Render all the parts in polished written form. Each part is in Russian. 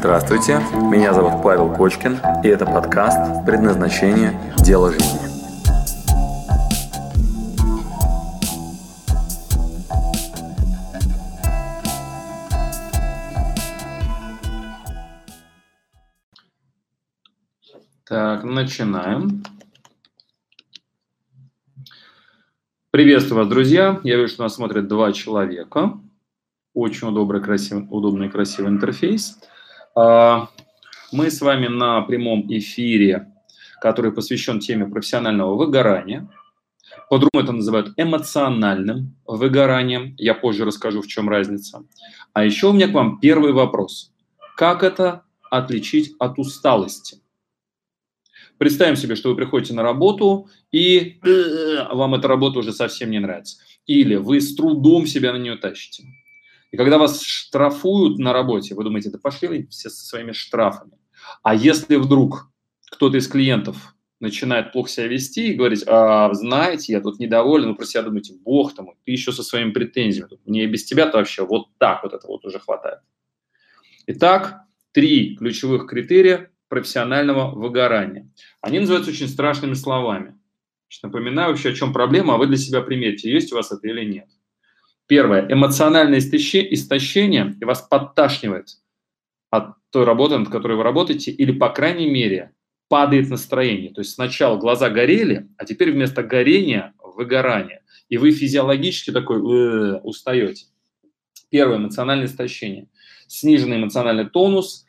Здравствуйте, меня зовут Павел Кочкин, и это подкаст «Предназначение. Дело жизни». Так, начинаем. Приветствую вас, друзья. Я вижу, что нас смотрят 2 человека. Очень удобный, красивый интерфейс. Мы с вами на прямом эфире, который посвящен теме профессионального выгорания. По-другому это называют эмоциональным выгоранием. Я позже расскажу, в чем разница. А еще у меня к вам первый вопрос. Как это отличить от усталости? Представим себе, что вы приходите на работу, и вам эта работа уже совсем не нравится. Или вы с трудом себя на нее тащите. И когда вас штрафуют на работе, вы думаете, да пошли вы все со своими штрафами. А если вдруг кто-то из клиентов начинает плохо себя вести и говорить, знаете, я тут недоволен, вы про себя думаете, бог там, ты еще со своими претензиями, мне и без тебя-то вообще вот так вот это вот уже хватает. Итак, 3 ключевых критерия профессионального выгорания. Они называются очень страшными словами. Напоминаю вообще, о чем проблема, а вы для себя примерьте, есть у вас это или нет. Первое. Эмоциональное истощение, и вас подташнивает от той работы, над которой вы работаете, или, по крайней мере, падает настроение. То есть сначала глаза горели, а теперь вместо горения – выгорание. И вы физиологически такой устаете. Первое. Эмоциональное истощение. Сниженный эмоциональный тонус,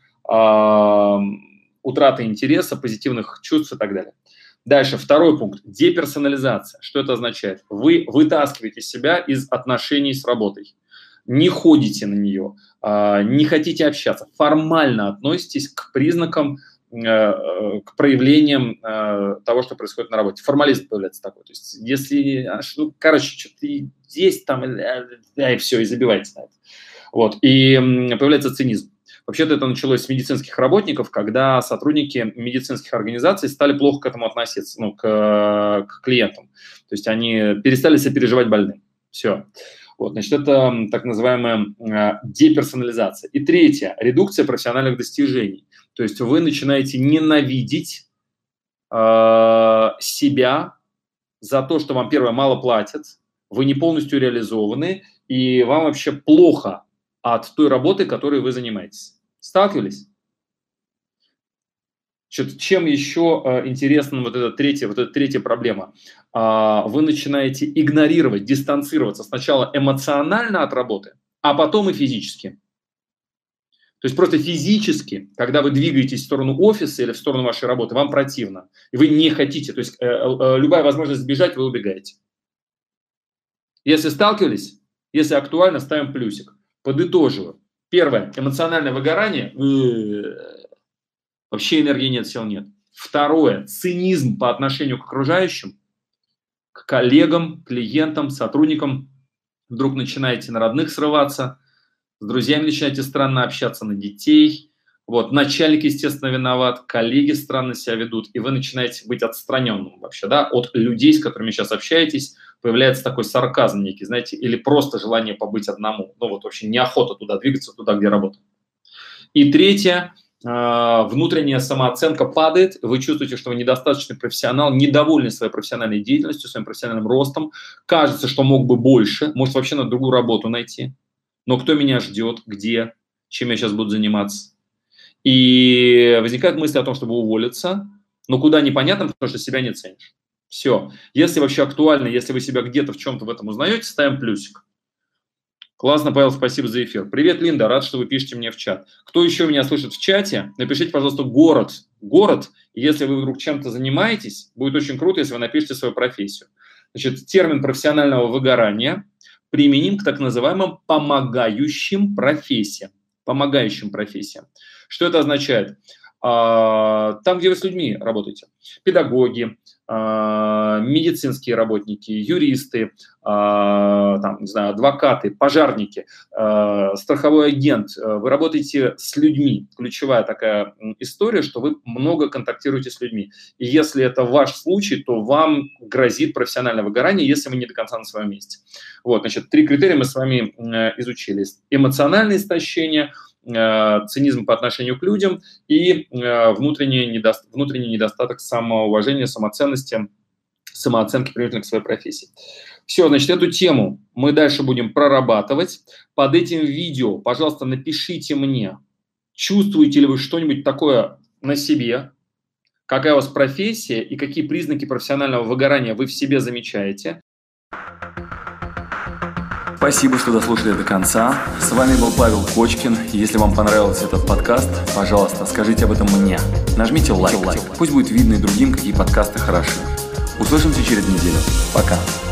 утрата интереса, позитивных чувств и так далее. Дальше, второй пункт – деперсонализация. Что это означает? Вы вытаскиваете себя из отношений с работой, не ходите на нее, не хотите общаться, формально относитесь к признакам, к проявлениям того, что происходит на работе. Формализм появляется такой. То есть, если, что-то есть там, и все, и забивайте на это. Вот. И появляется цинизм. Вообще-то это началось с медицинских работников, когда сотрудники медицинских организаций стали плохо к этому относиться, к клиентам. То есть они перестали сопереживать больным. Все. Вот, значит, это так называемая деперсонализация. И третье – редукция профессиональных достижений. То есть вы начинаете ненавидеть себя за то, что вам, первое, мало платят, вы не полностью реализованы, и вам вообще плохо от той работы, которой вы занимаетесь. Сталкивались? Чем еще интересна вот эта третья проблема? Вы начинаете игнорировать, дистанцироваться сначала эмоционально от работы, а потом и физически. То есть просто физически, когда вы двигаетесь в сторону офиса или в сторону вашей работы, вам противно, и вы не хотите. То есть любая возможность сбежать, вы убегаете. Если сталкивались, если актуально, ставим плюсик. Подытоживаю. Первое. Эмоциональное выгорание. Вообще энергии нет, сил нет. Второе. Цинизм по отношению к окружающим, к коллегам, клиентам, сотрудникам. Вдруг начинаете на родных срываться, с друзьями начинаете странно общаться, на детей. Вот. Начальник, естественно, виноват, коллеги странно себя ведут, и вы начинаете быть отстраненным вообще, да, от людей, с которыми сейчас общаетесь. Появляется такой сарказм некий, знаете, или просто желание побыть одному. Ну вот вообще неохота туда двигаться, туда, где работа. И третье, внутренняя самооценка падает, вы чувствуете, что вы недостаточный профессионал, недовольны своей профессиональной деятельностью, своим профессиональным ростом. Кажется, что мог бы больше, может вообще на другую работу найти. Но кто меня ждет, где, чем я сейчас буду заниматься? И возникает мысль о том, чтобы уволиться, но куда непонятно, потому что себя не ценишь. Все. Если вообще актуально, если вы себя где-то в чем-то в этом узнаете, ставим плюсик. Классно, Павел, спасибо за эфир. Привет, Линда, рад, что вы пишете мне в чат. Кто еще меня слышит в чате, напишите, пожалуйста, город. И если вы вдруг чем-то занимаетесь, будет очень круто, если вы напишите свою профессию. Значит, термин профессионального выгорания применим к так называемым помогающим профессиям. Помогающим профессиям. Что это означает? Там, где вы с людьми работаете. Педагоги, медицинские работники, юристы, там, не знаю, адвокаты, пожарники, страховой агент. Вы работаете с людьми. Ключевая такая история, что вы много контактируете с людьми. И если это ваш случай, то вам грозит профессиональное выгорание, если вы не до конца на своем месте. Вот, значит, 3 критерия мы с вами изучили. Эмоциональное истощение, цинизм по отношению к людям и внутренний недостаток самоуважения, самоценности, самооценки применительно к своей профессии. Все, значит, эту тему мы дальше будем прорабатывать. Под этим видео, пожалуйста, напишите мне, чувствуете ли вы что-нибудь такое на себе, какая у вас профессия и какие признаки профессионального выгорания вы в себе замечаете. Спасибо, что дослушали до конца. С вами был Павел Кочкин. Если вам понравился этот подкаст, пожалуйста, скажите об этом мне. Нажмите лайк. Пусть будет видно и другим, какие подкасты хороши. Услышимся через неделю. Пока.